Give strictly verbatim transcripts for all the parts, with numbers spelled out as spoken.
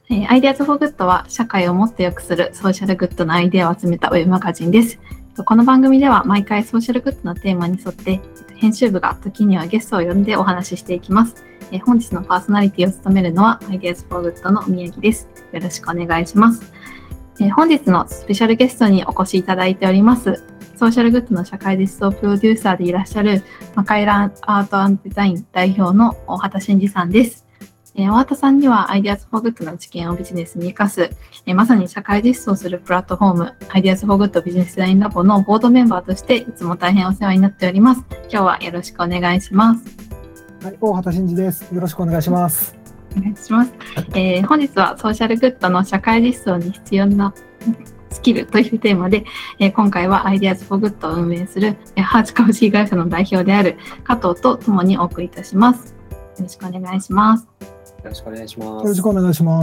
えー、アイデアズフォーグッドは社会をもっと良くするソーシャルグッドのアイデアを集めたウェブマガジンです。この番組では毎回ソーシャルグッドのテーマに沿って編集部が時にはゲストを呼んでお話ししていきます。えー、本日のパーソナリティを務めるのはアイデアズフォーグッドの宮城です。よろしくお願いします。えー、本日のスペシャルゲストにお越しいただいております。ソーシャルグッドの社会実装プロデューサーでいらっしゃるマカイラアート&デザイン代表の大畑真二さんです。大畑さんには Ideas for Good の知見をビジネスに生かす、まさに社会実装するプラットフォーム Ideas for Good ビジネスデザインラボのボードメンバーとしていつも大変お世話になっております。今日はよろしくお願いします。 はい、大畑真二です。よろしくお願いします。 お願いします。えー、本日はソーシャルグッドの社会実装に必要なスキルというテーマで、えー、今回は Ideas for Good を運営するハーチ株式会社の代表である加藤とともにお送りいたします。よろしくお願いします。 よろしくお願いします。 よろしくお願いします。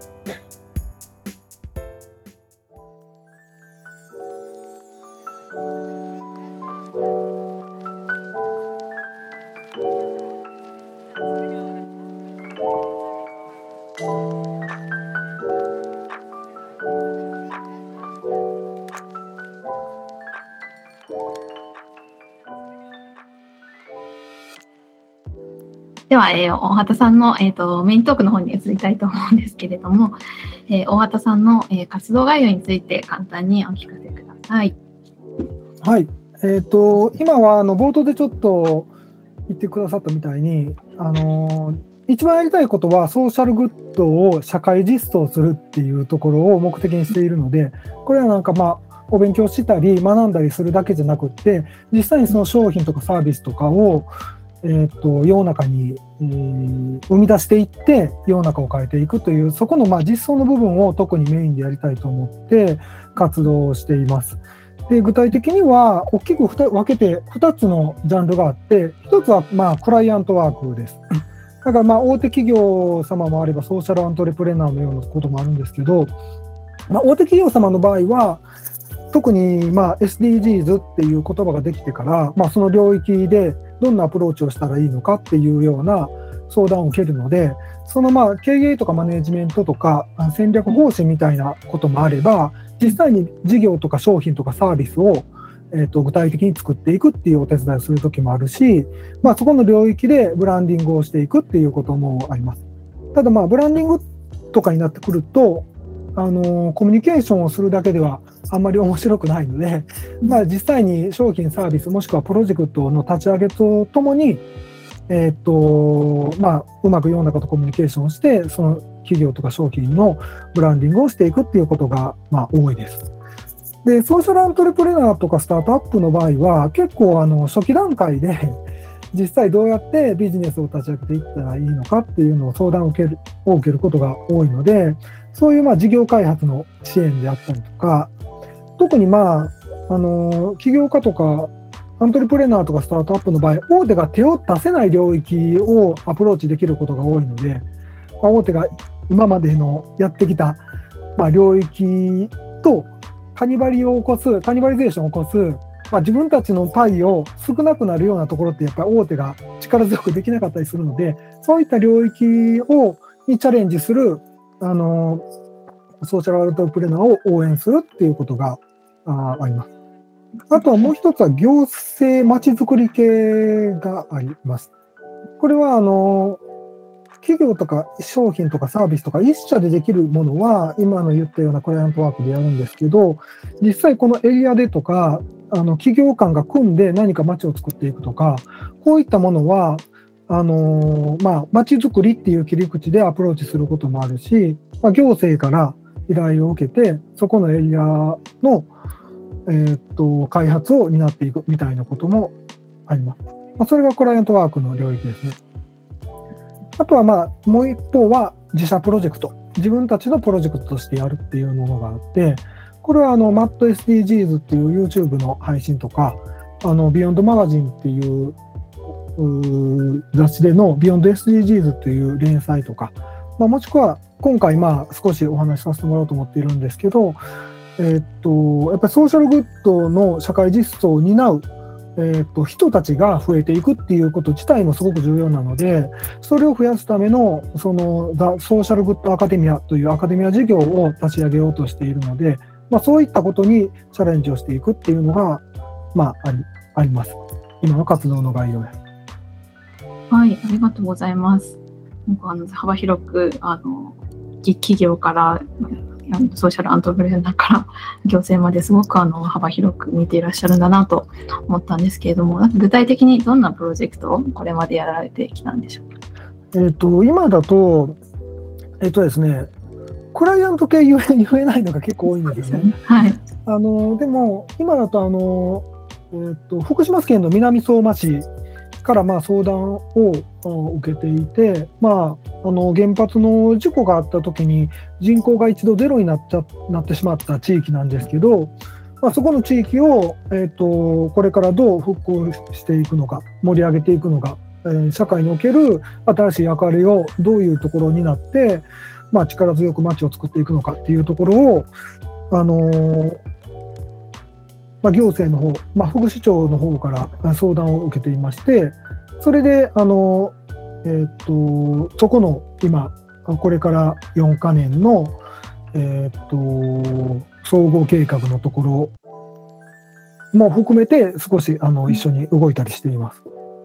では、えー、大畑さんの、えーと、メイントークの方に移りたいと思うんですけれども、えー、大畑さんの、えー、活動概要について簡単にお聞かせください。 はい、えーと、今はあの冒頭でちょっと言ってくださったみたいに、あのー、一番やりたいことはソーシャルグッドを社会実装するっていうところを目的にしているので、これはなんかまあお勉強したり学んだりするだけじゃなくって、実際にその商品とかサービスとかをえー、と世の中に、えー、生み出していって世の中を変えていくという、そこのまあ実装の部分を特にメインでやりたいと思って活動をしています。で、具体的には大きく分けてふたつのジャンルがあって、ひとつはまあクライアントワークです。だからまあ大手企業様もあればソーシャルアントレプレナーのようなこともあるんですけど、まあ、大手企業様の場合は特にまあ エスディージーズ っていう言葉ができてから、まあ、その領域でどんなアプローチをしたらいいのかっていうような相談を受けるので、そのまあ経営とかマネジメントとか戦略方針みたいなこともあれば、実際に事業とか商品とかサービスをえーと具体的に作っていくっていうお手伝いをする時もあるし、まあ、そこの領域でブランディングをしていくっていうこともあります。ただまあブランディングとかになってくると、あのコミュニケーションをするだけではあんまり面白くないので、まあ、実際に商品サービスもしくはプロジェクトの立ち上げとともに、えーとまあ、うまく世の中とコミュニケーションをしてその企業とか商品のブランディングをしていくっていうことが、まあ、多いです。で、ソーシャルアントレプレナーとかスタートアップの場合は結構あの初期段階で実際どうやってビジネスを立ち上げていったらいいのかっていうのを相談を受ける、を受けることが多いので、そういうまあ事業開発の支援であったりとか、特にまあ、あの起業家とかアントレプレナーとかスタートアップの場合、大手が手を出せない領域をアプローチできることが多いので、まあ、大手が今までのやってきた、まあ、領域とカニバリを起こす、カニバリゼーションを起こす、まあ、自分たちのパイを少なくなるようなところってやっぱり大手が力強くできなかったりするので、そういった領域をにチャレンジするあのソーシャルアントレプレナーを応援するっていうことが あ, あります。あとはもう一つは行政まちづくり系があります。これはあの企業とか商品とかサービスとか一社でできるものは今の言ったようなクライアントワークでやるんですけど、実際このエリアでとかあの企業間が組んで何か街を作っていくとか、こういったものはあのまあ、街づくりっていう切り口でアプローチすることもあるし、まあ、行政から依頼を受けてそこのエリアの、えー、っと開発を担っていくみたいなこともあります。まあ、それがクライアントワークの領域ですね。あとはまあもう一方は自社プロジェクト、自分たちのプロジェクトとしてやるっていうものがあって、これはあの マットエスディージーズ っていう YouTube の配信とか、あのビヨンドマガジンっていう雑誌でのビヨンド エスディージーズ という連載とか、まあ、もしくは今回まあ少しお話しさせてもらおうと思っているんですけど、えー、っとやっぱりソーシャルグッドの社会実装を担うえーと、人たちが増えていくっていうこと自体もすごく重要なので、それを増やすためのそのザ・ソーシャルグッドアカデミアというアカデミア事業を立ち上げようとしているので、まあ、そういったことにチャレンジをしていくっていうのが、まあ、あり、あります。今の活動の概要です。 はい、ありがとうございます。なんかあの幅広くあの企業からソーシャルアントレプレナーから行政まですごくあの幅広く見ていらっしゃるんだなと思ったんですけれども、具体的にどんなプロジェクトをこれまでやられてきたんでしょうか。 えーと、今だと、えっ、ー、とですね、クライアント系言え、言えないのが結構多いんですよね。 はい。 あのでも今だとあの、えーと、福島県の南相馬市からまあ相談を受けていて、まあ、あの原発の事故があった時に人口が一度ゼロになっちゃなってしまった地域なんですけど、まあ、そこの地域を、えーと、これからどう復興していくのか、盛り上げていくのか、えー、社会における新しい役割をどういうところになって、まあ、力強く街を作っていくのかっていうところを、あのーまあ、行政の方、まあ、副市長の方から相談を受けていまして、それで、あの、えっと、そこの今、これからよんかねんの、えっと、総合計画のところも含めて少しあの一緒に動いたりしています。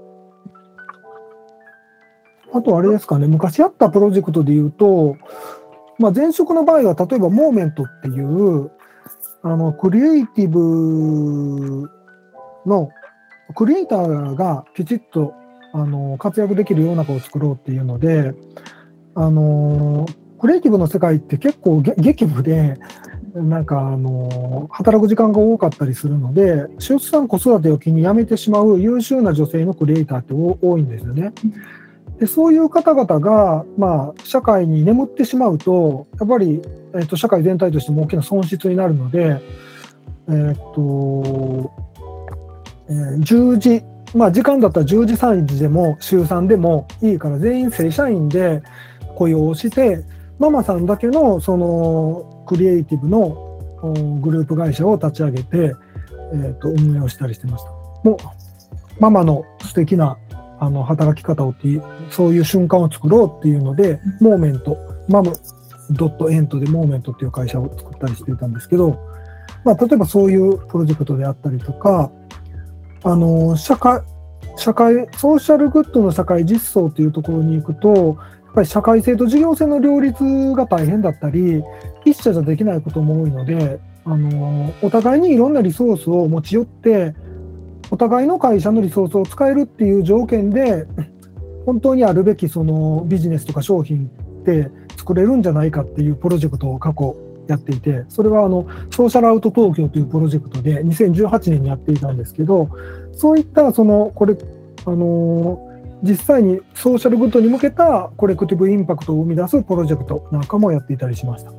あとあれですかね、昔やったプロジェクトでいうと、まあ、前職の場合は例えばモーメントっていうあのクリエイティブのクリエイターがきちっとあの活躍できる世の中を作ろうっていうので、あのクリエイティブの世界って結構激務でなんかあの働く時間が多かったりするので、出産子育てを機に辞めてしまう優秀な女性のクリエイターって多いんですよね。でそういう方々が、まあ、社会に眠ってしまうとやっぱり、えーと、社会全体としても大きな損失になるので、えーとえー、じゅうじ、まあ、時間だったらじゅうじさんじでも週さんでもいいから全員正社員で雇用をしてママさんだけのそのクリエイティブのグループ会社を立ち上げて、えーと、運営をしたりしてました。もうママの素敵なあの働き方をっていうそういう瞬間を作ろうっていうので、モーメントマムドットエントでモーメントっていう会社を作ったりしていたんですけど、まあ、例えばそういうプロジェクトであったりとか、あの社会社会ソーシャルグッドの社会実装というところに行くと、やっぱり社会性と事業性の両立が大変だったり、一社じゃできないことも多いので、あのお互いにいろんなリソースを持ち寄ってお互いの会社のリソースを使えるっていう条件で本当にあるべきそのビジネスとか商品って作れるんじゃないかっていうプロジェクトを過去やっていて、それはあのソーシャルアウト東京というプロジェクトでにせんじゅうはちねんにやっていたんですけど、そういったそのこれあの実際にソーシャルグッドに向けたコレクティブインパクトを生み出すプロジェクトなんかもやっていたりしました。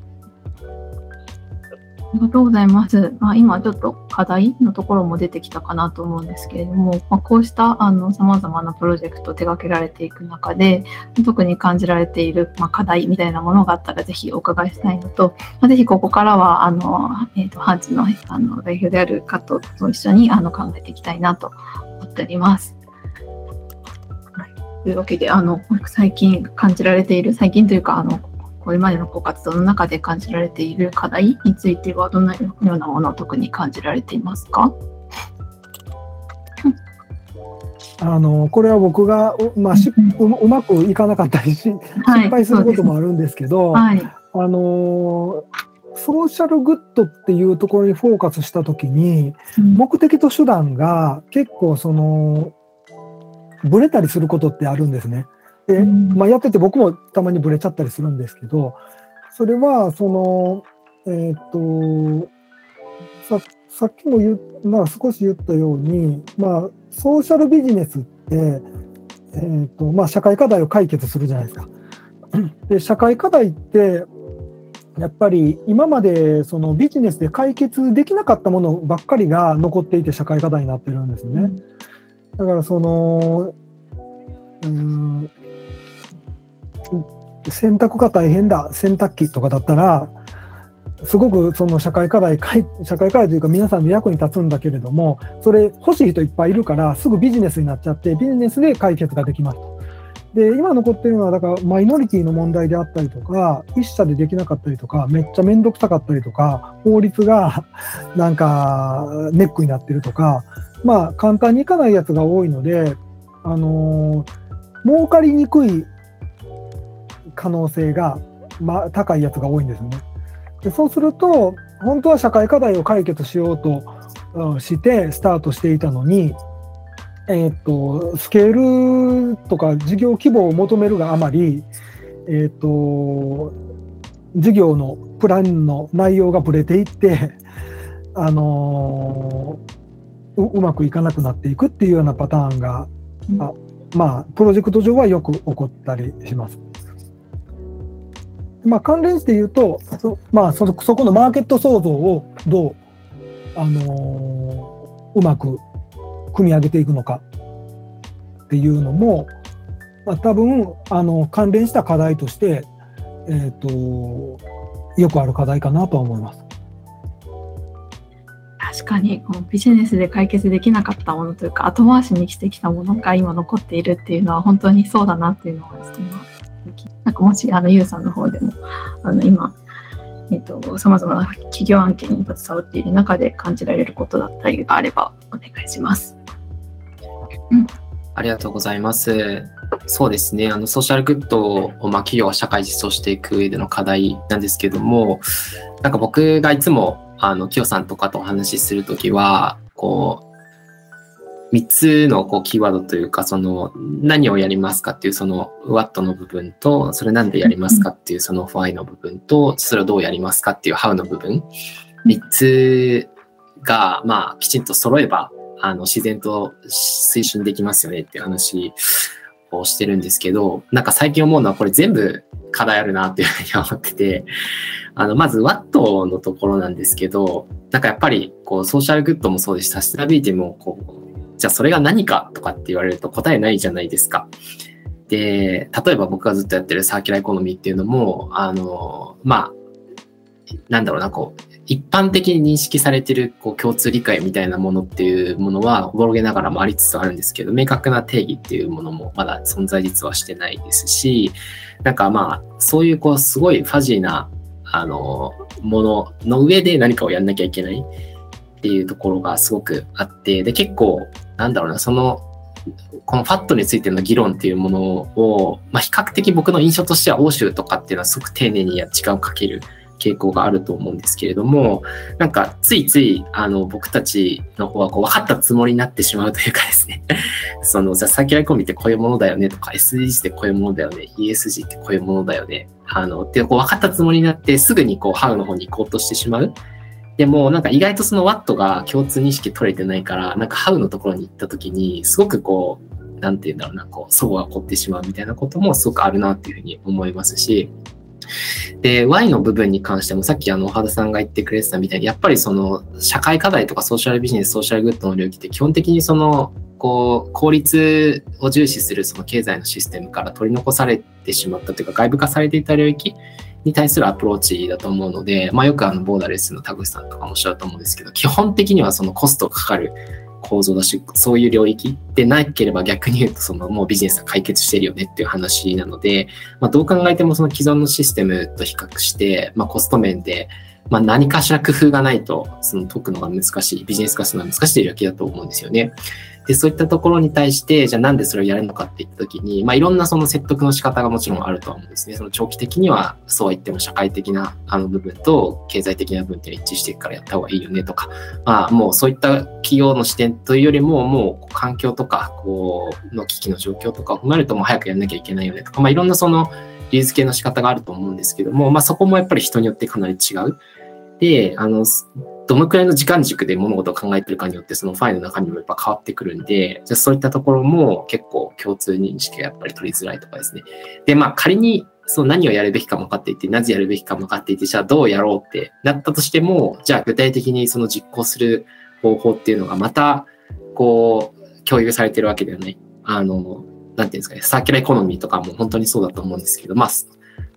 ありがとうございます。まあ、今ちょっと課題のところも出てきたかなと思うんですけれども、まあ、こうしたあの様々なプロジェクトを手掛けられていく中で、特に感じられている、まあ、課題みたいなものがあったらぜひお伺いしたいのと、まあ、ぜひここからはあの、えーと、ハンズの、あの代表である加藤と一緒にあの考えていきたいなと思っております。というわけで、あの最近感じられている、最近というかあのこれまでのご活動の中で感じられている課題についてはどんなようなものを特に感じられていますか？ あのこれは僕が う,、まあ、し う, うまくいかなかったりし、はい、失敗することもあるんですけど、はい、あのソーシャルグッドっていうところにフォーカスしたときに、うん、目的と手段が結構そのブレたりすることってあるんですね。でまあ、やってて僕もたまにブレちゃったりするんですけど、それはその、えー、と さ, さっきも言、まあ、少し言ったように、まあ、ソーシャルビジネスって、えーとまあ、社会課題を解決するじゃないですか。で社会課題ってやっぱり今までそのビジネスで解決できなかったものばっかりが残っていて社会課題になってるんですよね。だからそのうーん洗濯が大変だ、洗濯機とかだったら、 すごくその社会課題、社会課題というか皆さんの役に立つんだけれども、それ欲しい人いっぱいいるからすぐビジネスになっちゃって、ビジネスで解決ができますと。で、今残っているのはだからマイノリティの問題であったりとか、一社でできなかったりとか、めっちゃめんどくさかったりとか、法律がなんかネックになってるとか、まあ簡単にいかないやつが多いので、あのー、儲かりにくい可能性が、まあ、高いやつが多いんですね。でそうすると、本当は社会課題を解決しようと、うん、してスタートしていたのに、えー、とスケールとか事業規模を求めるがあまり、えー、と事業のプランの内容がぶれていって、あのー、う, うまくいかなくなっていくっていうようなパターンが、うん、あまあ、プロジェクト上はよく起こったりします。まあ、関連して言うと、そ,、まあ、そ, そこのマーケット創造をどう、あのー、うまく組み上げていくのかっていうのも、まあ、多分あの関連した課題として、えーと、よくある課題かなとは思います。 確かにこのビジネスで解決できなかったものというか、後回しにしてきたものが今残っているっていうのは本当にそうだなっていうのはですね、なんかもしあのユウさんの方でもあの今えっと、さまざまな企業案件に携わっている中で感じられることだったりがあればお願いします。 うん、ありがとうございます。そうですね、あのソーシャルグッドを、まあ、企業が社会実装していく上での課題なんですけども、なんか僕がいつもあのキヨさんとかとお話しするときはこうみっつのこうキーワードというか、その何をやりますかっていうその What の部分と、それなんでやりますかっていうその Why の部分と、それをどうやりますかっていう How の部分、みっつがまあきちんと揃えばあの自然と推進できますよねっていう話をしてるんですけど、なんか最近思うのはこれ全部課題あるなっていうふうに思ってて、あのまず What のところなんですけど、なんかやっぱりこうソーシャルグッドもそうですし、サステナビリティもこうじゃあそれが何かとかって言われると答えないじゃないですか。で、例えば僕がずっとやってるサーキュラーエコノミーっていうのも、あの、まあ、なんだろうな、こう、一般的に認識されてるこう共通理解みたいなものっていうものはおぼろげながらもありつつあるんですけど、明確な定義っていうものもまだ存在実はしてないですし、なんかまあ、そういうこう、すごいファジーな、あの、ものの上で何かをやんなきゃいけないっていうところがすごくあって、で、結構、なんだろうな、その、このファットについての議論っていうものを、まあ、比較的僕の印象としては欧州とかっていうのはすごく丁寧に時間をかける傾向があると思うんですけれども、なんかついついあの僕たちの方はこう分かったつもりになってしまうというかですねそのサーキュラーエコノミーってこういうものだよねとか エスディージー ってこういうものだよね イーエスジー ってこういうものだよねあのってこう分かったつもりになってすぐにこうハウの方に行こうとしてしまう。でもなんか意外とその What が共通認識取れてないから、なんか How のところに行った時にすごくこうなんていうんだろうな、こう齟齬が起こってしまうみたいなこともすごくあるなっていうふうに思いますし、で Y の部分に関してもさっきあの岡田さんが言ってくれてたみたいに、やっぱりその社会課題とかソーシャルビジネス、ソーシャルグッドの領域って基本的にそのこう効率を重視するその経済のシステムから取り残されてしまったというか外部化されていた領域に対するアプローチだと思うので、まあ、よくあのボーダレスの田口さんとかもおっしゃると思うんですけど、基本的にはそのコストがかかる構造だし、そういう領域でなければ逆に言うとそのもうビジネスが解決してるよねっていう話なので、まあ、どう考えてもその既存のシステムと比較して、まあ、コスト面でまあ何かしら工夫がないとその解くのが難しい、ビジネス化するのが難しい領域だと思うんですよね。で、そういったところに対して、じゃあなんでそれをやるのかっていったときに、まあいろんなその説得の仕方がもちろんあるとは思うんですね。その長期的にはそうは言っても社会的なあの部分と経済的な部分って一致していくからやった方がいいよねとか、まあもうそういった企業の視点というよりも、もう環境とかこうの危機の状況とかを踏まえるともう早くやんなきゃいけないよねとか、まあいろんなその理由付けの仕方があると思うんですけども、まあそこもやっぱり人によってかなり違う。で、あの、どのくらいの時間軸で物事を考えているかによってそのファイルの中身もやっぱ変わってくるんで、じゃあそういったところも結構共通認識がやっぱり取りづらいとかですね。で、まあ仮にその何をやるべきかも分かっていて、なぜやるべきかも分かっていて、じゃあどうやろうってなったとしても、じゃあ具体的にその実行する方法っていうのがまたこう共有されてるわけではない。あの、なんていうんですかね、サーキュラーエコノミーとかも本当にそうだと思うんですけど、まあ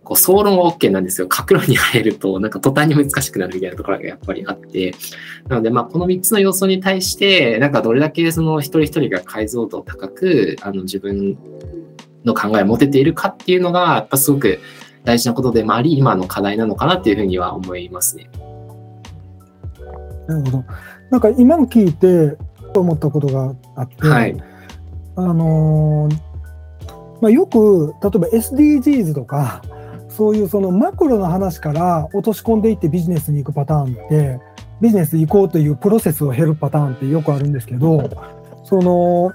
こう総論は OK なんですよ。各論に入るとなんか途端に難しくなるみたいなところがやっぱりあって、なのでまあこのみっつの要素に対してなんかどれだけその一人一人が解像度高くあの自分の考えを持てているかっていうのがやっぱすごく大事なことでもあり、今の課題なのかなっていうふうには思いますね。 なるほど。なんか今の聞いて思ったことがあって、はい、あのーまあ、よく例えば エスディージーズ とかそういうそのマクロの話から落とし込んでいってビジネスに行くパターンってビジネス行こうというプロセスを経るパターンってよくあるんですけど、その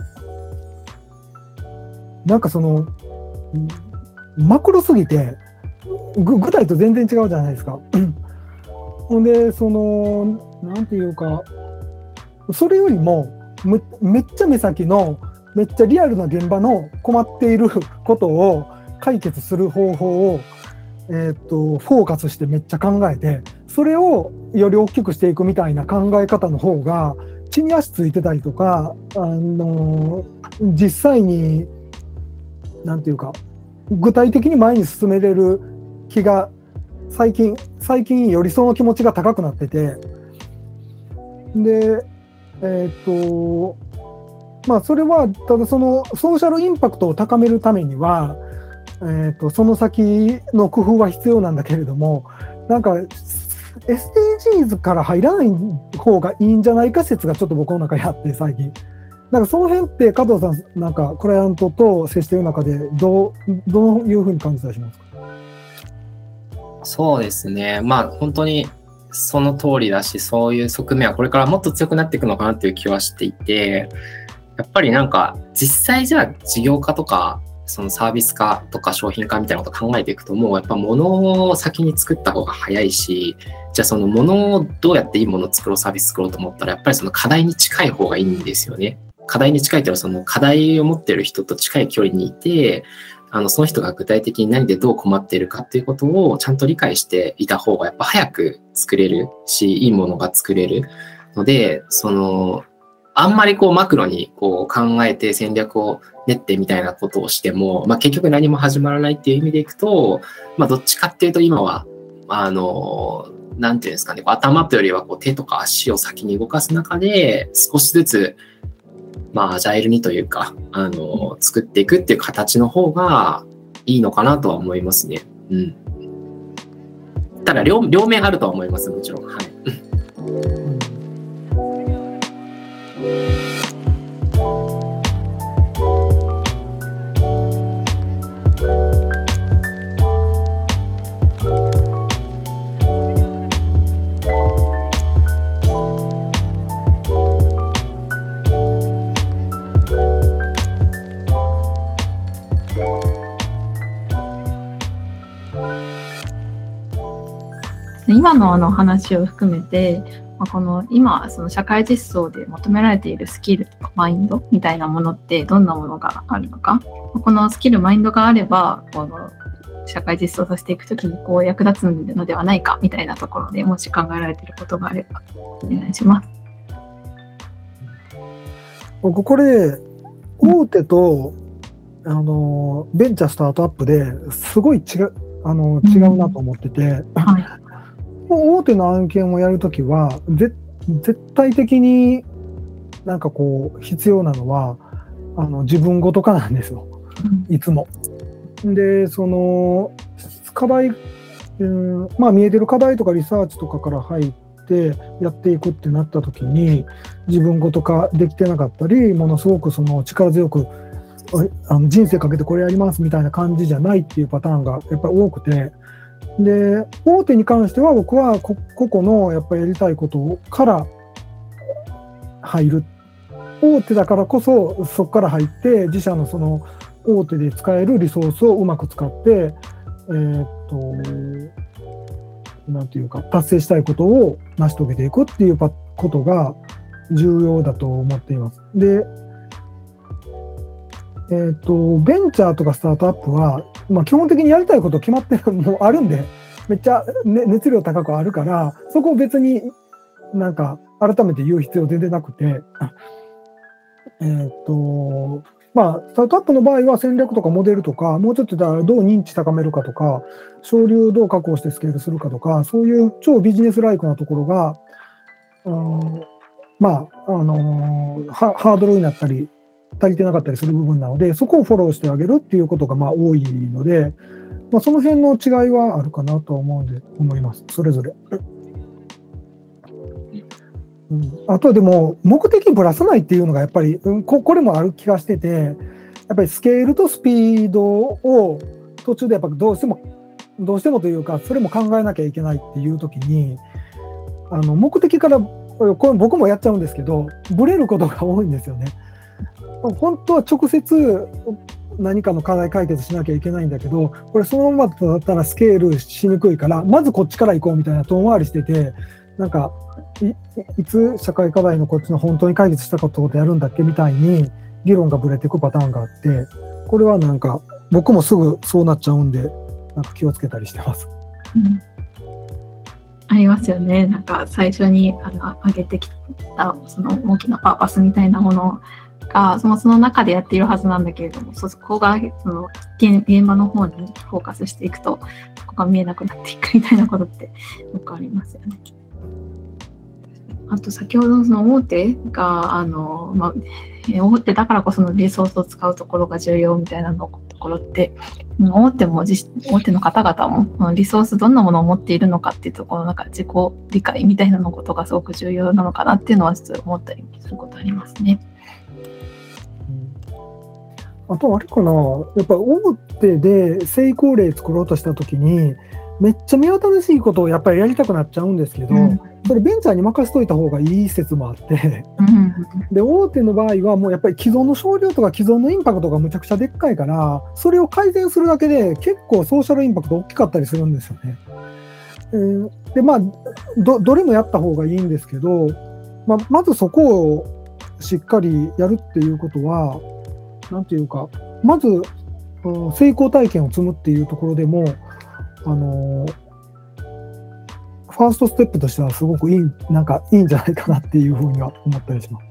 なんかそのマクロすぎて具体と全然違うじゃないですか。ほんでそのなんていうかそれよりも め, めっちゃ目先のめっちゃリアルな現場の困っていることを解決する方法を、えー、とフォーカスしてめっちゃ考えてそれをより大きくしていくみたいな考え方の方が地に足ついてたりとか、あのー、実際になんていうか具体的に前に進めれる気が最近最近よりその気持ちが高くなってて、でえっ、とまあそれはただそのソーシャルインパクトを高めるためには、えー、とその先の工夫は必要なんだけれども、なんか エスディージーズ から入らない方がいいんじゃないか説がちょっと僕の中にあって、最近なんかその辺って加藤さんなんかクライアントと接している中でどうどういうふうに感じたりしますか？ そうですね、まあ本当にその通りだし、そういう側面はこれからもっと強くなっていくのかなという気はしていて、やっぱりなんか実際じゃあ事業化とかそのサービス化とか商品化みたいなことを考えていくと、もうやっぱ物を先に作った方が早いし、じゃあその物をどうやっていいものを作ろう、サービス作ろうと思ったらやっぱりその課題に近い方がいいんですよね。課題に近いというのはその課題を持っている人と近い距離にいて、あのその人が具体的に何でどう困っているかっていうことをちゃんと理解していた方がやっぱ早く作れるし、いいものが作れるので、そのあんまりこうマクロにこう考えて戦略を練ってみたいなことをしても、まあ、結局何も始まらないっていう意味でいくと、まあ、どっちかっていうと今はあのなんていうんですかね、頭というよりはこう手とか足を先に動かす中で少しずつまあアジャイルにというかあの作っていくっていう形の方がいいのかなとは思いますね。うん。ただ 両, 両面あるとは思います、もちろん。はい。 今のあの話を含めて、まあ、この今その社会実装で求められているスキルとかマインドみたいなものってどんなものがあるのか、このスキルマインドがあればこの社会実装させていくときにこう役立つのではないかみたいなところで、もし考えられていることがあればお願いします。 僕これ大手とあのベンチャースタートアップですごい違う、あの違うなと思ってて、うんはい、大手の案件をやるときはぜ絶対的になんかこう必要なのはあの自分ごと化なんですよ、いつも。でその課題、うん、まあ見えてる課題とかリサーチとかから入ってやっていくってなったときに自分ごと化できてなかったり、ものすごくその力強くあの人生かけてこれやりますみたいな感じじゃないっていうパターンがやっぱり多くて、で大手に関しては僕はこ個々のやっぱりやりたいことから入る、大手だからこそそこから入って自社のその大手で使えるリソースをうまく使ってえー、っとなんていうか達成したいことを成し遂げていくっていうことが重要だと思っています。でえー、とベンチャーとかスタートアップは、まあ、基本的にやりたいこと決まってるもうあるんで、めっちゃ、ね、熱量高くあるから、そこを別になんか改めて言う必要全然なくて、えー、とまあ、スタートアップの場合は戦略とかモデルとか、もうちょっと言ったらどう認知高めるかとか、省流をどう確保してスケールするかとか、そういう超ビジネスライクなところが、うん、まあ、あのー、ハードルになったり、足りてなかったりする部分なので、そこをフォローしてあげるっていうことがまあ多いので、まあ、その辺の違いはあるかなと思うんで、思います。それぞれ。うん、あとはでも、目的ぶらさないっていうのがやっぱり、うん、こ, これもある気がしてて、やっぱりスケールとスピードを途中でやっぱどうしても、どうしてもというか、それも考えなきゃいけないっていうときに、あの目的から、これ僕もやっちゃうんですけど、ぶれることが多いんですよね。本当は直接何かの課題解決しなきゃいけないんだけど、これそのままだったらスケールしにくいから、まずこっちから行こうみたいな遠回りしてて、なんか い, いつ社会課題のこっちの本当に解決したことをやるんだっけみたいに議論がぶれていくパターンがあって、これはなんか僕もすぐそうなっちゃうんで、なんか気をつけたりしてます。 うん、ありますよね。なんか最初にあの上げてきたその大きなパーパスみたいなものがそのその中でやっているはずなんだけれども、そこがその 現, 現場の方にフォーカスしていくと、そこが見えなくなっていくみたいなことってよくありますよね。あと先ほどその大手があの、まあ、大手だからこそのリソースを使うところが重要みたいなのところって、大手も大手の方々もリソースどんなものを持っているのかっていうところのなんか自己理解みたいなのことがすごく重要なのかなっていうのはちょっと思ったりすることありますね。 あとあれかな、やっぱ大手で成功例作ろうとしたときに、めっちゃ目新しいことをやっぱりやりたくなっちゃうんですけど、うん、それベンチャーに任せといた方がいい説もあって、うん、で大手の場合はもうやっぱり既存の商量とか既存のインパクトがむちゃくちゃでっかいから、それを改善するだけで結構ソーシャルインパクト大きかったりするんですよね。えー、でまあ ど, どれもやった方がいいんですけど、まあ、まずそこをしっかりやるっていうことは、なんていうか、まず、うん、成功体験を積むっていうところでも、あのー、ファーストステップとしてはすごくいい、なんかいいんじゃないかなっていうふうには思ったりします。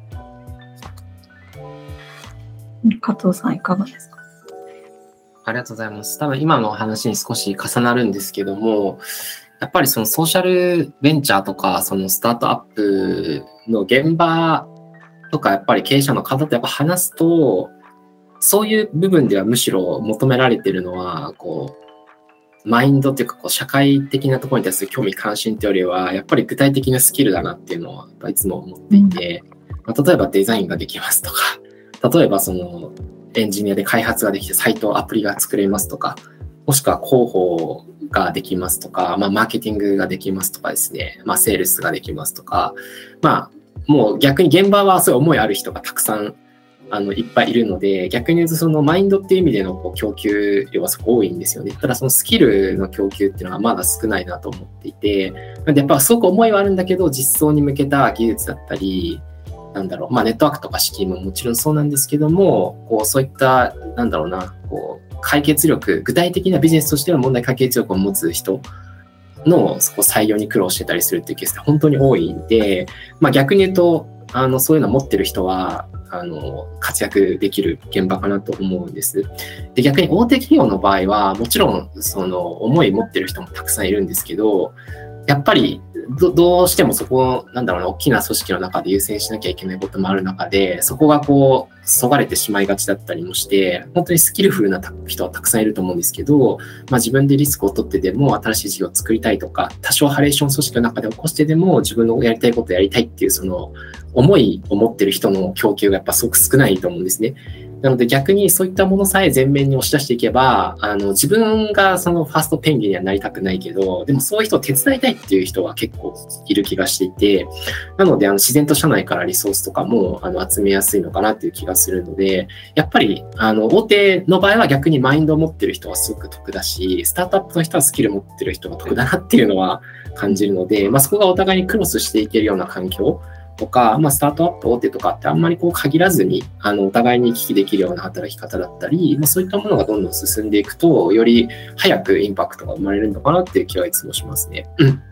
加藤さんいかがですか？ ありがとうございます。多分今の話に少し重なるんですけども、やっぱりそのソーシャルベンチャーとか、そのスタートアップの現場とか、やっぱり経営者の方とやっぱ話すと、そういう部分ではむしろ求められているのは、こう、マインドっていうか、こう、社会的なところに対する興味関心というよりは、やっぱり具体的なスキルだなっていうのは、いつも思っていて、まあ、例えばデザインができますとか、例えばそのエンジニアで開発ができてサイト、アプリが作れますとか、もしくは広報ができますとか、まあ、マーケティングができますとかですね、まあ、セールスができますとか、まあ、もう逆に現場はそういう思いある人がたくさんあのいっぱいいるので、逆に言うとそのマインドっていう意味でのこう供給量はすごく多いんですよね。ただそのスキルの供給っていうのはまだ少ないなと思っていて、なんでやっぱすごく思いはあるんだけど、実装に向けた技術だったり、なんだろう、まあネットワークとか資金ももちろんそうなんですけども、こうそういったなんだろうな、こう解決力、具体的なビジネスとしての問題解決力を持つ人のそこ採用に苦労してたりするっていうケースって本当に多いんで、まあ逆に言うとあのそういうのを持ってる人はあの活躍できる現場かなと思うんです。で、逆に大手企業の場合はもちろんその思い持ってる人もたくさんいるんですけど、やっぱり ど, どうしてもそこなんだろうな、大きな組織の中で優先しなきゃいけないこともある中で、そこがこうそがれてしまいがちだったりもして、本当にスキルフルな人はたくさんいると思うんですけど、まあ、自分でリスクを取ってでも新しい事業を作りたいとか、多少ハレーション組織の中で起こしてでも自分のやりたいことをやりたいっていうその思いを持ってる人の供給がやっぱすごく少ないと思うんですね。なので逆にそういったものさえ前面に押し出していけば、あの自分がそのファーストペンギンにはなりたくないけど、でもそういう人を手伝いたいっていう人は結構いる気がしていて、なのであの自然と社内からリソースとかもあの集めやすいのかなっていう気がするので、やっぱりあの大手の場合は逆にマインドを持ってる人はすごく得だし、スタートアップの人はスキル持ってる人が得だなっていうのは感じるので、まあ、そこがお互いにクロスしていけるような環境とか、まあ、スタートアップ大手とかってあんまりこう限らずにあのお互いに行き来できるような働き方だったり、まあ、そういったものがどんどん進んでいくと、より早くインパクトが生まれるのかなっていう気はいつもしますね。うん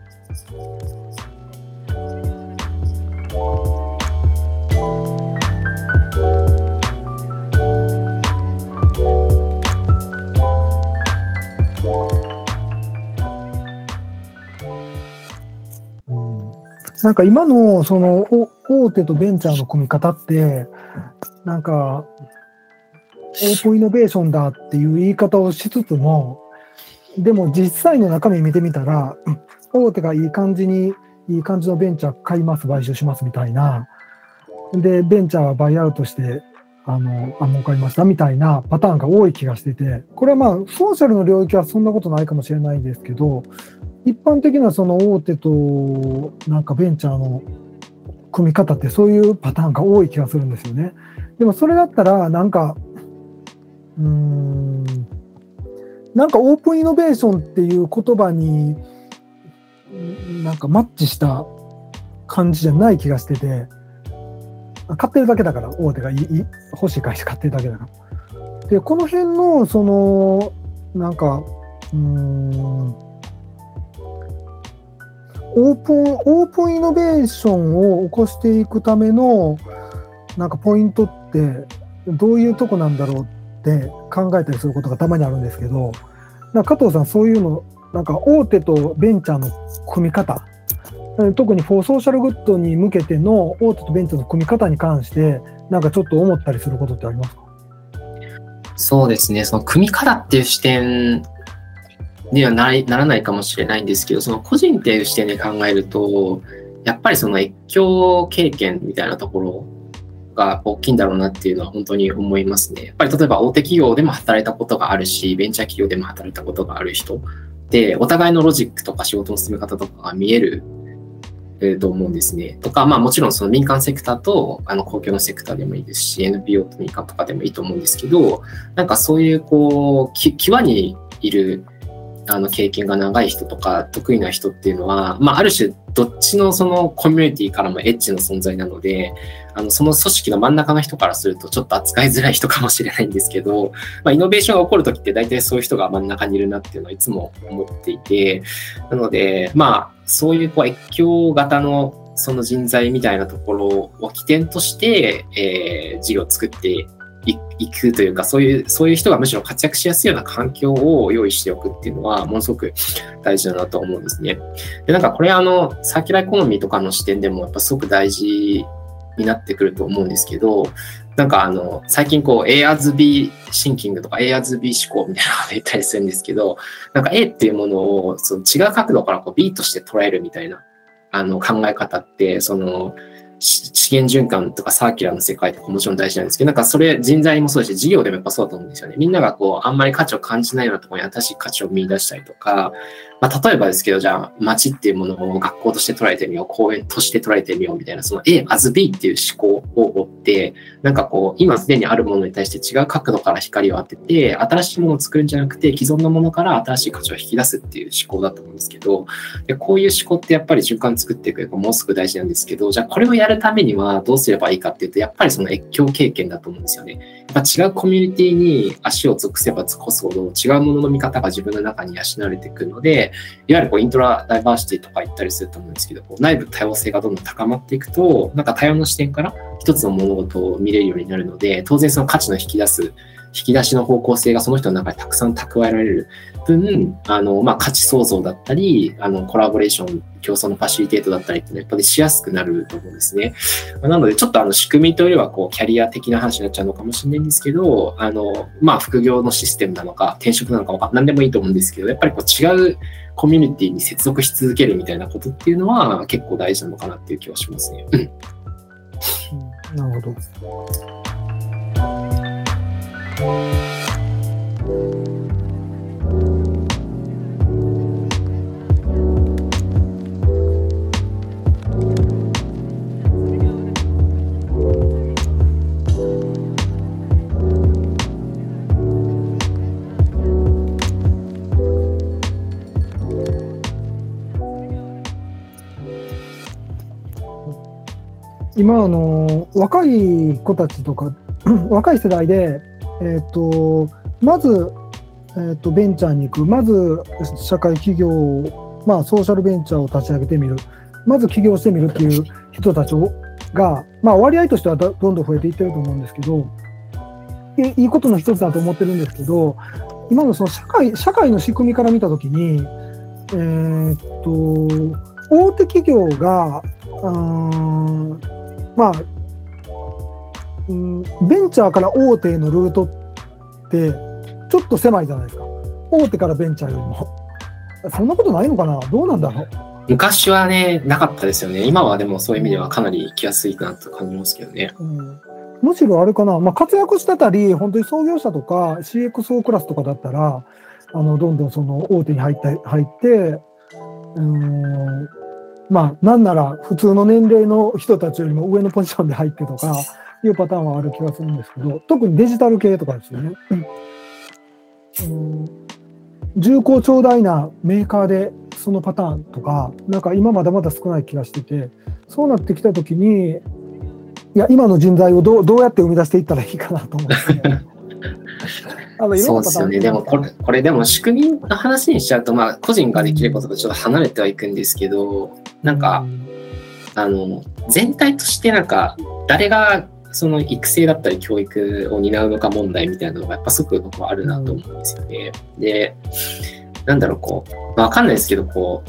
なんか今のその大手とベンチャーの組み方って、なんかオープンイノベーションだっていう言い方をしつつも、でも実際の中身見てみたら、大手がいい感じに、いい感じのベンチャー買います、買収しますみたいな。で、ベンチャーはバイアウトして、あの、あ、儲かりましたみたいなパターンが多い気がしてて、これはまあ、ソーシャルの領域はそんなことないかもしれないですけど、一般的なその大手となんかベンチャーの組み方ってそういうパターンが多い気がするんですよね。でもそれだったらなんか、うーん、なんかオープンイノベーションっていう言葉になんかマッチした感じじゃない気がしてて、買ってるだけだから、大手がいい欲しい会社買ってるだけだから。で、この辺のそのなんかうーんオープンオープンイノベーションを起こしていくためのなんかポイントってどういうとこなんだろうって考えたりすることがたまにあるんですけど、なんか加藤さんそういうのなんか大手とベンチャーの組み方、特にフォーソーシャルグッドに向けての大手とベンチャーの組み方に関してなんかちょっと思ったりすることってありますか？ そうですね、その組み方っていう視点には な, ならないかもしれないんですけど、その個人っていう視点で考えると、やっぱりその越境経験みたいなところが大きいんだろうなっていうのは本当に思いますね。やっぱり例えば大手企業でも働いたことがあるし、ベンチャー企業でも働いたことがある人で、お互いのロジックとか仕事の進め方とかが見えると思うんですね。とか、まあもちろんその民間セクターとあの公共のセクターでもいいですし、エヌピーオー と民間とかでもいいと思うんですけど、なんかそういうこう、き際にいるあの経験が長い人とか得意な人っていうのは、まあ、ある種どっちのそのコミュニティからもエッジの存在なので、あのその組織の真ん中の人からするとちょっと扱いづらい人かもしれないんですけど、まあ、イノベーションが起こるときって大体そういう人が真ん中にいるなっていうのはいつも思っていて、なのでまあそういうこう越境型のその人材みたいなところを起点として、えー、事業を作っていくというか、そういうそういう人がむしろ活躍しやすいような環境を用意しておくっていうのはものすごく大事だなと思うんですね。で、なんかこれあのサーキュラーエコノミーとかの視点でもやっぱすごく大事になってくると思うんですけど、なんかあの最近こう A as B シンキングとか A as B 思考みたいなのが言ったりするんですけど、なんか A っていうものをその違う角度からこう B として捉えるみたいなあの考え方って、その資源循環とかサーキュラーの世界とかもちろん大事なんですけど、なんかそれ人材もそうですし、事業でもやっぱそうだと思うんですよね。みんながこう、あんまり価値を感じないようなところに新しい価値を見出したりとか、まあ、例えばですけど、じゃあ街っていうものを学校として捉えてみよう、公園として捉えてみようみたいな、その A as B っていう思考を追って、なんかこう、今すでにあるものに対して違う角度から光を当てて、新しいものを作るんじゃなくて、既存のものから新しい価値を引き出すっていう思考だと思うんですけど、でこういう思考ってやっぱり循環作っていくのがもうすぐ大事なんですけど、じゃあこれをやるためにはどうすればいいかっていうと、やっぱりその越境経験だと思うんですよね。やっぱ違うコミュニティに足を尽くせば尽くすほど違うものの見方が自分の中に養われていくので、いわゆるこうイントラダイバーシティとか言ったりすると思うんですけど、こう内部多様性がどんどん高まっていくと、なんか多様な視点から一つの物事を見れるようになるので、当然その価値の引き出す引き出しの方向性がその人の中でたくさん蓄えられる分、あの、まあ、価値創造だったり、あの、コラボレーション、競争のファシリテートだったりっていうのはやっぱりしやすくなると思うんですね。なので、ちょっとあの、仕組みというよりは、こう、キャリア的な話になっちゃうのかもしれないんですけど、あの、まあ、副業のシステムなのか、転職なのか、何でもいいと思うんですけど、やっぱりこう、違うコミュニティに接続し続けるみたいなことっていうのは、結構大事なのかなっていう気はしますね。うん、 なるほど。今あの若い子たちとか若い世代で、えー、とまず、えー、とベンチャーに行く、まず社会企業、まあ、ソーシャルベンチャーを立ち上げてみる、まず起業してみるっていう人たちが、まあ、割合としてはどんどん増えていってると思うんですけど、いいことの一つだと思ってるんですけど、今のその社会、社会の仕組みから見たときに、えー、と大手企業がうーんまあ、うん、ベンチャーから大手へのルートってちょっと狭いじゃないですか。大手からベンチャーよりも。そんなことないのかな、どうなんだろう。 昔はね、なかったですよね。今はでもそういう意味ではかなり行きやすいかなと感じますけどね。 うん、むしろあれかな、まあ、活躍してたり、本当に創業者とか シーエックスオー クラスとかだったら、あのどんどんその大手に入って入って、うーんまあ、なんなら普通の年齢の人たちよりも上のポジションで入ってとかいうパターンはある気がするんですけど、特にデジタル系とかですよね。うん、重厚長大なメーカーでそのパターンとか、なんか今まだまだ少ない気がしてて、そうなってきたときに、いや、今の人材をどう、どうやって生み出していったらいいかなと思って。あのそうですよね。でもこれ、これでも仕組みの話にしちゃうと、まあ、個人ができることとちょっと離れてはいくんですけど、なんか、あの、全体としてなんか、誰がその育成だったり教育を担うのか問題みたいなのがやっぱすごく僕はあるなと思うんですよね。で、なんだろう、こう、まあ、わかんないですけど、こ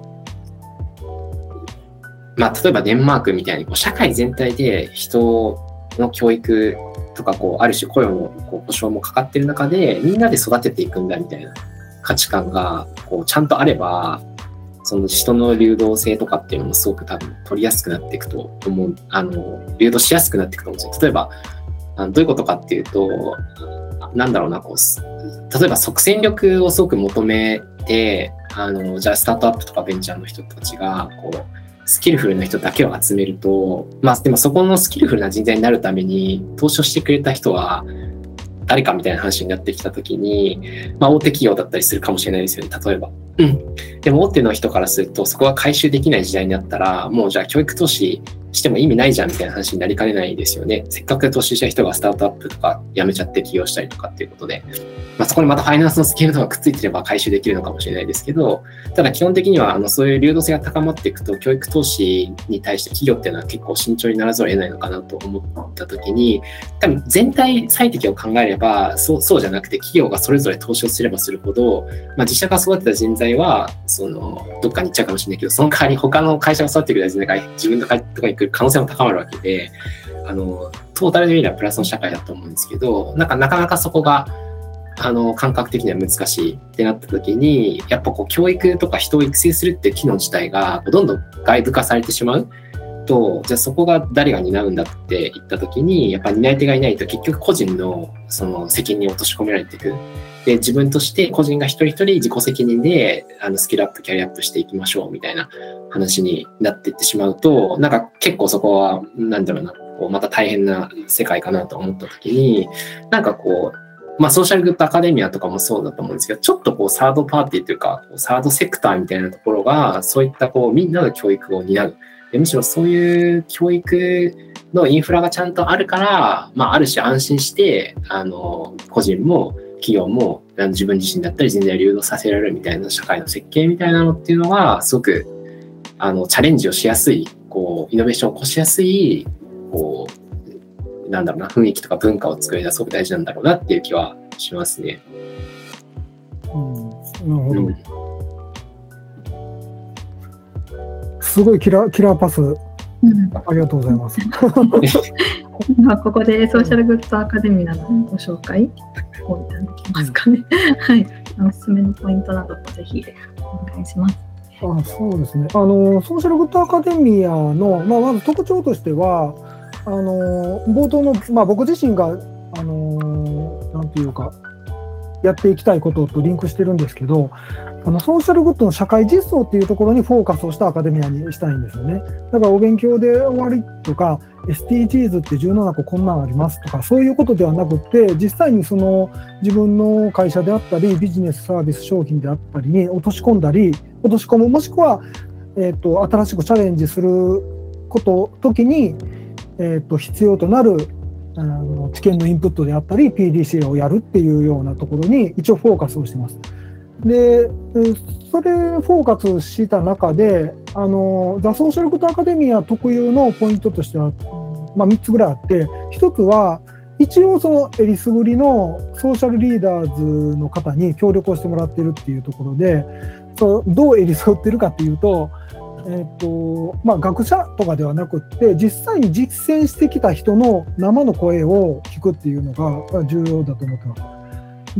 う、まあ、例えばデンマークみたいにこう社会全体で人の教育とかこうある種雇用のこう保障もかかってる中でみんなで育てていくんだみたいな価値観がこうちゃんとあれば、その人の流動性とかっていうのもすごく多分取りやすくなっていくと思う、あの流動しやすくなっていくと思うんですよ。例えばあのどういうことかっていうと、なんだろうな、こう例えば即戦力をすごく求めて、あのじゃあスタートアップとかベンチャーの人たちがこうスキルフルな人だけを集めると、まあでもそこのスキルフルな人材になるために投資をしてくれた人は誰かみたいな話になってきたときに、まあ大手企業だったりするかもしれないですよね、例えば。うん。でも大手の人からするとそこが回収できない時代になったら、もうじゃあ教育投資しても意味ないじゃんみたいな話になりかねないですよね。せっかく投資した人がスタートアップとか辞めちゃって起業したりとかっていうことで、まあ、そこにまたファイナンスのスケールとかくっついてれば回収できるのかもしれないですけど、ただ基本的にはあのそういう流動性が高まっていくと、教育投資に対して企業っていうのは結構慎重にならざるを得ないのかなと思ったときに、多分全体最適を考えればそう、そうじゃなくて企業がそれぞれ投資をすればするほど、まあ、自社が育てた人材はそのどっかに行っちゃうかもしれないけど、その代わり他の会社が育ててくれた人材が自分の会社とかに来る可能性も高まるわけで、あのトータルで見ればプラスの社会だと思うんですけど、なんかなかなかそこがあの感覚的には難しいってなった時に、やっぱこう教育とか人を育成するっていう機能自体がどんどん外部化されてしまうと、じゃあそこが誰が担うんだって言った時に、やっぱ担い手がいないと結局個人のその責任に落とし込められていく。で、自分として個人が一人一人自己責任であのスキルアップキャリアアップしていきましょうみたいな話になっていってしまうと、なんか結構そこはなんだろうな、こうまた大変な世界かなと思った時に、なんかこうまあ、ソーシャルグッドアカデミアとかもそうだと思うんですけど、ちょっとこうサードパーティーというか、サードセクターみたいなところが、そういったこうみんなの教育を担う。でむしろそういう教育のインフラがちゃんとあるから、まあ、ある種安心して、あの、個人も企業も自分自身だったり人材を流動させられるみたいな社会の設計みたいなのっていうのが、すごく、あの、チャレンジをしやすい、こう、イノベーションを起こしやすい、こう、なんだろうな、雰囲気とか文化を作り出すすごく大事なんだろうなっていう気はしますね。 うん、なるほど。うん、すごいキラー、キラーパス、うん、ありがとうございます。 まあここでソーシャルグッドアカデミアのご紹介をいただきますかね。はい、おすすめのポイントなどもぜひお願いします。 あ、そうですね。あのソーシャルグッドアカデミアの、まあ、まず特徴としては、あの冒頭の、まあ、僕自身があのなんていうかやっていきたいこととリンクしてるんですけど、あのソーシャルグッドの社会実装っていうところにフォーカスをしたアカデミアにしたいんですよね。だからお勉強で終わりとか エスディージーズ ってじゅうななここんなんありますとかそういうことではなくて、実際にその自分の会社であったりビジネスサービス商品であったりに落とし込んだり落とし込む、もしくは、えーと、新しくチャレンジすること時にえー、と必要となるあの知見のインプットであったり ピーディーシー をやるっていうようなところに一応フォーカスをしてます。で、それフォーカスした中で、あのザ・ソーシャルグッドアカデミア特有のポイントとしては、まあ、みっつぐらいあって、ひとつは一応そのえりすぐりのソーシャルリーダーズの方に協力をしてもらっているっていうところで、そうどうえりすぐってるかっていうと、 えーとまあ、学者とかではなくって実際に実践してきた人の生の声を聞くっていうのが重要だと思ってます。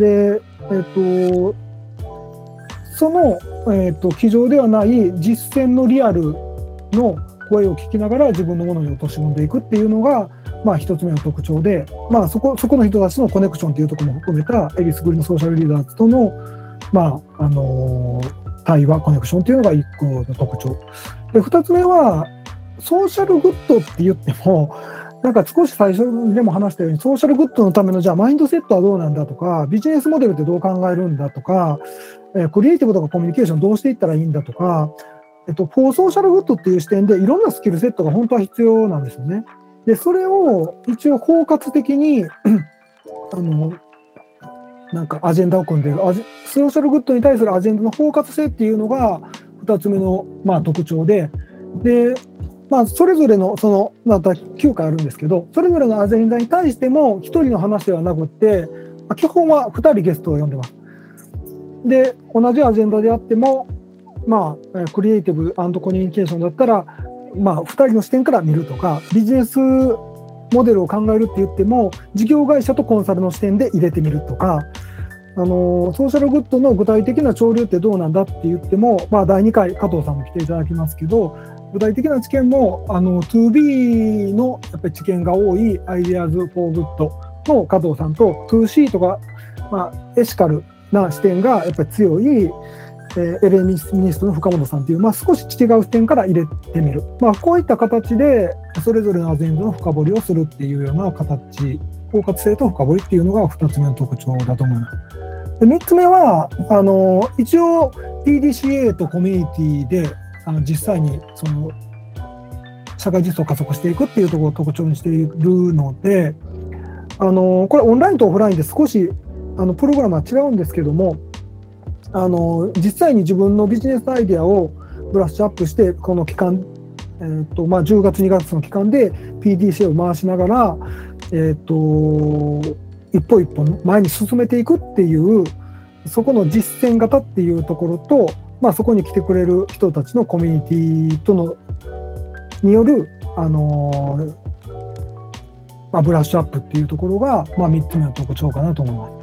で、えーとその、えーと机上ではない実践のリアルの声を聞きながら自分のものに落とし込んでいくっていうのが、まあ、一つ目の特徴で、まあ、そこ、そこの人たちのコネクションというところも含めたエリス・グリーンのソーシャルリーダーズとの、まああのー対話コネクションというのが一個の特徴で、二つ目はソーシャルグッドって言ってもなんか少し最初でも話したようにソーシャルグッドのためのじゃあマインドセットはどうなんだとか、ビジネスモデルってどう考えるんだとか、えー、クリエイティブとかコミュニケーションどうしていったらいいんだとか、えっと、フォーソーシャルグッドっていう視点でいろんなスキルセットが本当は必要なんですよね。でそれを一応包括的にあのなんかアジェンダを組んでいるソーシャルグッドに対するアジェンダの包括性っていうのがふたつめの、まあ、特徴で、で、まあ、それぞれのそのまたきゅうかいあるんですけど、それぞれのアジェンダに対してもひとりの話ではなくって基本はふたりゲストを呼んでます。で同じアジェンダであっても、まあ、クリエイティブ&コミュニケーションだったら、まあ、ふたりの視点から見るとか、ビジネスモデルを考えるって言っても事業会社とコンサルの視点で入れてみるとか、あのソーシャルグッドの具体的な潮流ってどうなんだって言っても、まあ、だいにかい加藤さんも来ていただきますけど、具体的な知見もあの ツービー のやっぱり知見が多いアイデアーズ・フォー・グッドの加藤さんと ツーシー とか、まあ、エシカルな視点がやっぱり強いエレミニストの深本さんという、まあ、少し違う視点から入れてみる、まあ、こういった形でそれぞれのアジェンダの深掘りをするっていうような形、包括性と深掘りっていうのがふたつめの特徴だと思います。でみっつめはあの一応 ピーディーシーエー とコミュニティであの実際にその社会実装を加速していくっていうところを特徴にしているので、あのこれオンラインとオフラインで少しあのプログラムは違うんですけども、あの実際に自分のビジネスアイデアをブラッシュアップしてこの期間、えーとまあ、じゅうがつにがつの期間で ピーディーシーエー を回しながら、えーと一歩一歩前に進めていくっていうそこの実践型っていうところと、まあ、そこに来てくれる人たちのコミュニティとのによる、あのーまあ、ブラッシュアップっていうところが、まあ、みっつめの特徴かなと思います。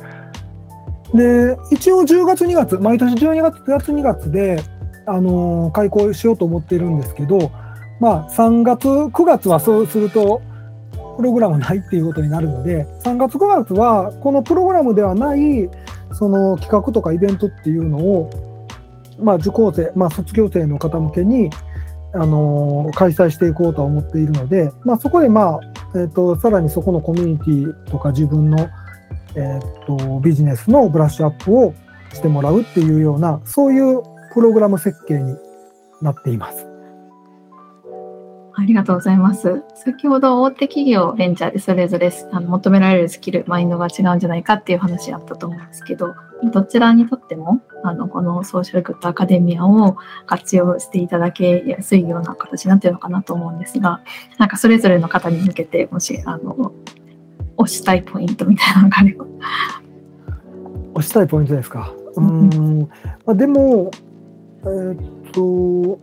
で一応じゅうがつにがつ毎年じゅうにがつにがつで、あのー、開講しようと思っているんですけど、まあ、さんがつくがつはそうするとプログラムないっていうことになるので、さんがつくがつはこのプログラムではないその企画とかイベントっていうのを、まあ、受講生、まあ、卒業生の方向けに、あのー、開催していこうとは思っているので、まあ、そこで、まあえーと、さらにそこのコミュニティとか自分の、えーと、ビジネスのブラッシュアップをしてもらうっていうような、そういうプログラム設計になっています。 ありがとうございます。先ほど大手企業ベンチャーでそれぞれあの求められるスキル、マインドが違うんじゃないかっていう話あったと思うんですけど、どちらにとってもあのこのソーシャルグッドアカデミアを活用していただけやすいような形になっているのかなと思うんですが、なんかそれぞれの方に向けてもしあの推したいポイントみたいなのがあれば。 推したいポイントですか。うーん、まあ、でもえー、っと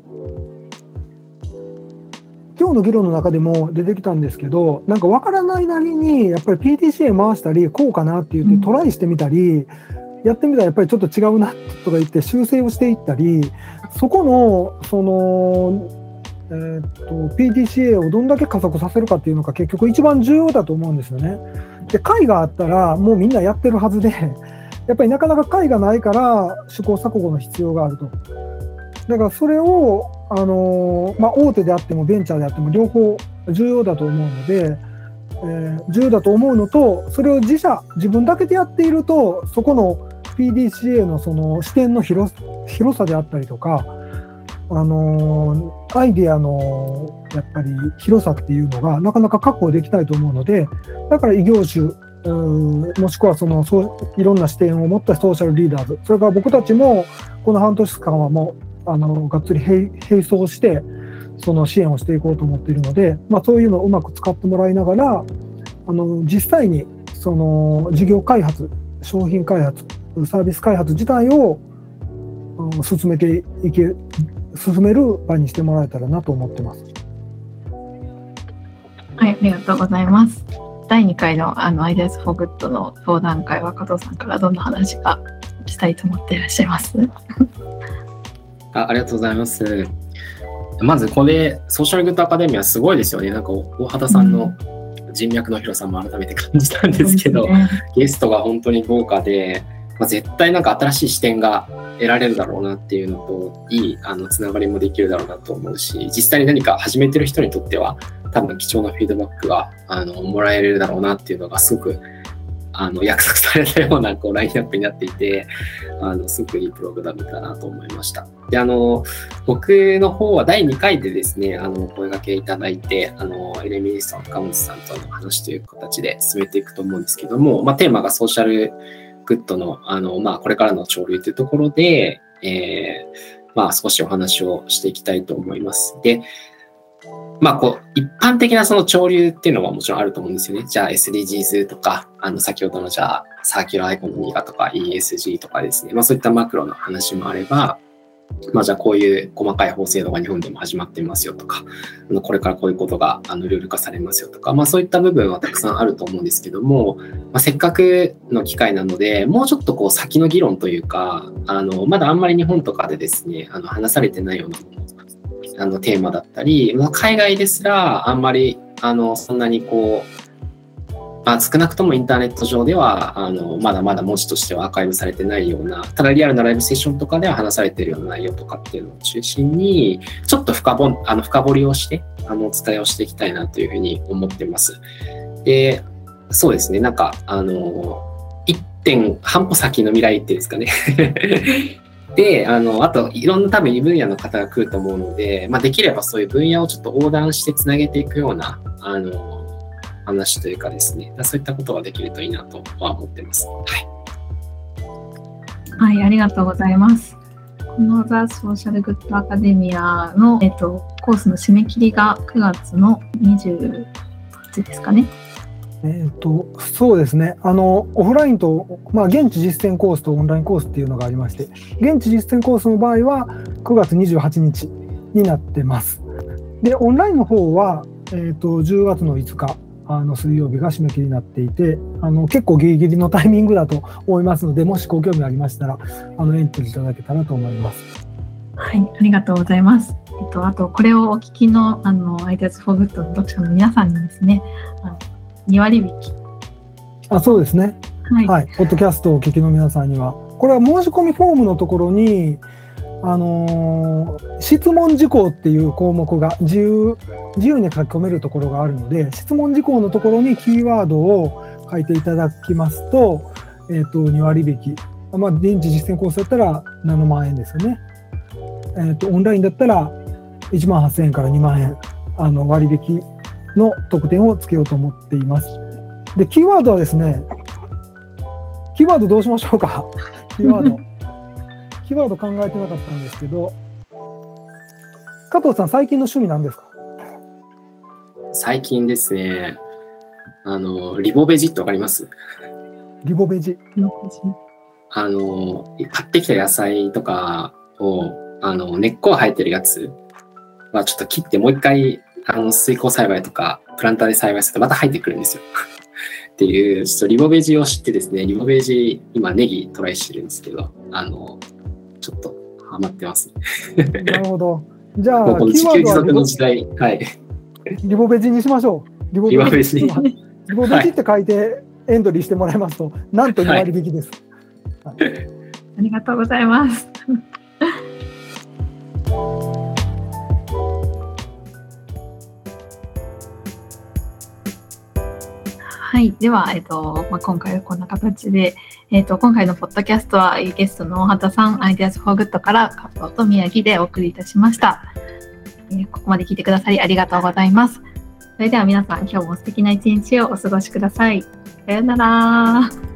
今日の議論の中でも出てきたんですけど、なんか分からないなりにやっぱり ピーディーシーエー 回したりこうかなって言ってトライしてみたり、やってみたらやっぱりちょっと違うなとか言って修正をしていったり、そこのその、えー、っと ピーディーシーエー をどんだけ加速させるかっていうのが結局一番重要だと思うんですよね。で会があったらもうみんなやってるはずで、やっぱりなかなか会がないから試行錯誤の必要があると。だからそれをあのーまあ、大手であってもベンチャーであっても両方重要だと思うので、えー、重要だと思うのと、それを自社自分だけでやっているとそこの ピーディーシーエー のその視点の 広, 広さであったりとか、あのー、アイデアのやっぱり広さっていうのがなかなか確保できないと思うので、だから異業種もしくはそのそういろんな視点を持ったソーシャルリーダーズ、それから僕たちもこの半年間はもうあのがっつり並走してその支援をしていこうと思っているので、まあ、そういうのをうまく使ってもらいながら、あの実際にその事業開発、商品開発、サービス開発自体を進めていけ進める場にしてもらえたらなと思ってます。 はい、ありがとうございます。だいにかいのあの Ideas for Good の相談会は加藤さんからどんな話がしたいと思っていらっしゃいますあ, ありがとうございます。まずこれソーシャルグッドアカデミアすごいですよね。なんか大畑さんの人脈の広さも改めて感じたんですけど、うんね、ゲストが本当に豪華で、まあ、絶対なんか新しい視点が得られるだろうなっていうのと、いいあのつながりもできるだろうなと思うし、実際に何か始めてる人にとっては多分貴重なフィードバックがあのもらえるだろうなっていうのがすごくあの約束されたようなこうラインナップになっていて、あのすごくいいプログラムだなと思いました。で、あの僕の方はだいにかいでですね、あの声掛けいただいて、あのエレミニストの岡本さんとの話という形で進めていくと思うんですけども、まあ、テーマがソーシャルグッドの、あの、まあ、これからの潮流というところで、えーまあ、少しお話をしていきたいと思います。で、まあ、こう一般的なその潮流っていうのはもちろんあると思うんですよね。じゃあ エスディージーズ とか、あの先ほどのじゃあサーキュラーエコノミーがとか イーエスジー とかですね、まあそういったマクロの話もあれば、まあじゃあこういう細かい法制度が日本でも始まってますよとか、あのこれからこういうことがあのルール化されますよとか、まあそういった部分はたくさんあると思うんですけども、まあ、せっかくの機会なので、もうちょっとこう先の議論というか、あのまだあんまり日本とかでですね、あの話されてないようなものあのテーマだったり、まあ、海外ですらあんまりあのそんなにこう、まあ、少なくともインターネット上ではあのまだまだ文字としてはアーカイブされてないような、ただリアルなライブセッションとかでは話されているような内容とかっていうのを中心にちょっと深ぼあの深掘りをしてあのお伝えをしていきたいなというふうに思ってます。で、そうですね、なんかあのいってん半歩先の未来っていうんですかねで、あの、あと、いろんな多分異分野の方が来ると思うので、まあ、できればそういう分野をちょっと横断してつなげていくような、あの、話というかですね、そういったことができるといいなとは思ってます。はい。 はい、ありがとうございます。このザ・ソーシャルグッドアカデミアの、えっと、コースの締め切りがくがつのにじゅうはちですかね。 えーと、そうですね。あの、オフラインと、まあ、現地実践コースとオンラインコースっていうのがありまして、現地実践コースの場合はくがつにじゅうはちにちになってます。で、オンラインの方は、えーと、じゅうがつのいつか、あの、水曜日が締め切りになっていて、あの、結構ギリギリのタイミングだと思いますので、もしご興味ありましたら、あの、エントリーいただけたらと思います。 はい、ありがとうございます。えっと、あと、これをお聞きの、あの、Ideas for Good の読者の皆さんにですね、あのに割引き。 あ、そうですね。はい。はい、ポッドキャストをお聞きの皆さんには、これは申し込みフォームのところに、あのー、質問事項っていう項目が自由、自由に書き込めるところがあるので、質問事項のところにキーワードを書いていただきますと、えっと、に割引。まあ、現地実践コースだったらななまんえんですよね。えっと、オンラインだったらいちまんはっせんえんからにまんえん、あの、割引の特典をつけようと思っています。で、キーワードはですね、キーワードどうしましょうか。キーワード。キーワード考えてなかったんですけど、加藤さん、最近の趣味なんですか？ 最近ですね、あの、リボベジってわかります？ リボベジ。 あの、買ってきた野菜とかを、あの、根っこが生えてるやつはちょっと切ってもう一回、あの水耕栽培とかプランターで栽培するとまた入ってくるんですよっていう、ちょっとリボベジを知ってですね、リボベジ今ネギトライしてるんですけど、あのちょっとハマってますなるほど。じゃあもうこの自給自足の時代、はい、 リボベジにしましょう。リボベジリボベジって書いてエントリーしてもらいますと、はい、なんとに割引です、 はいはい、ありがとうございますはい、では、えっとまあ、今回はこんな形で、えっと、今回のポッドキャストはゲストの大畑さん、Ideas for Good から加藤と宮城でお送りいたしました、えー。ここまで聞いてくださりありがとうございます。それでは皆さん、今日も素敵な一日をお過ごしください。さようなら。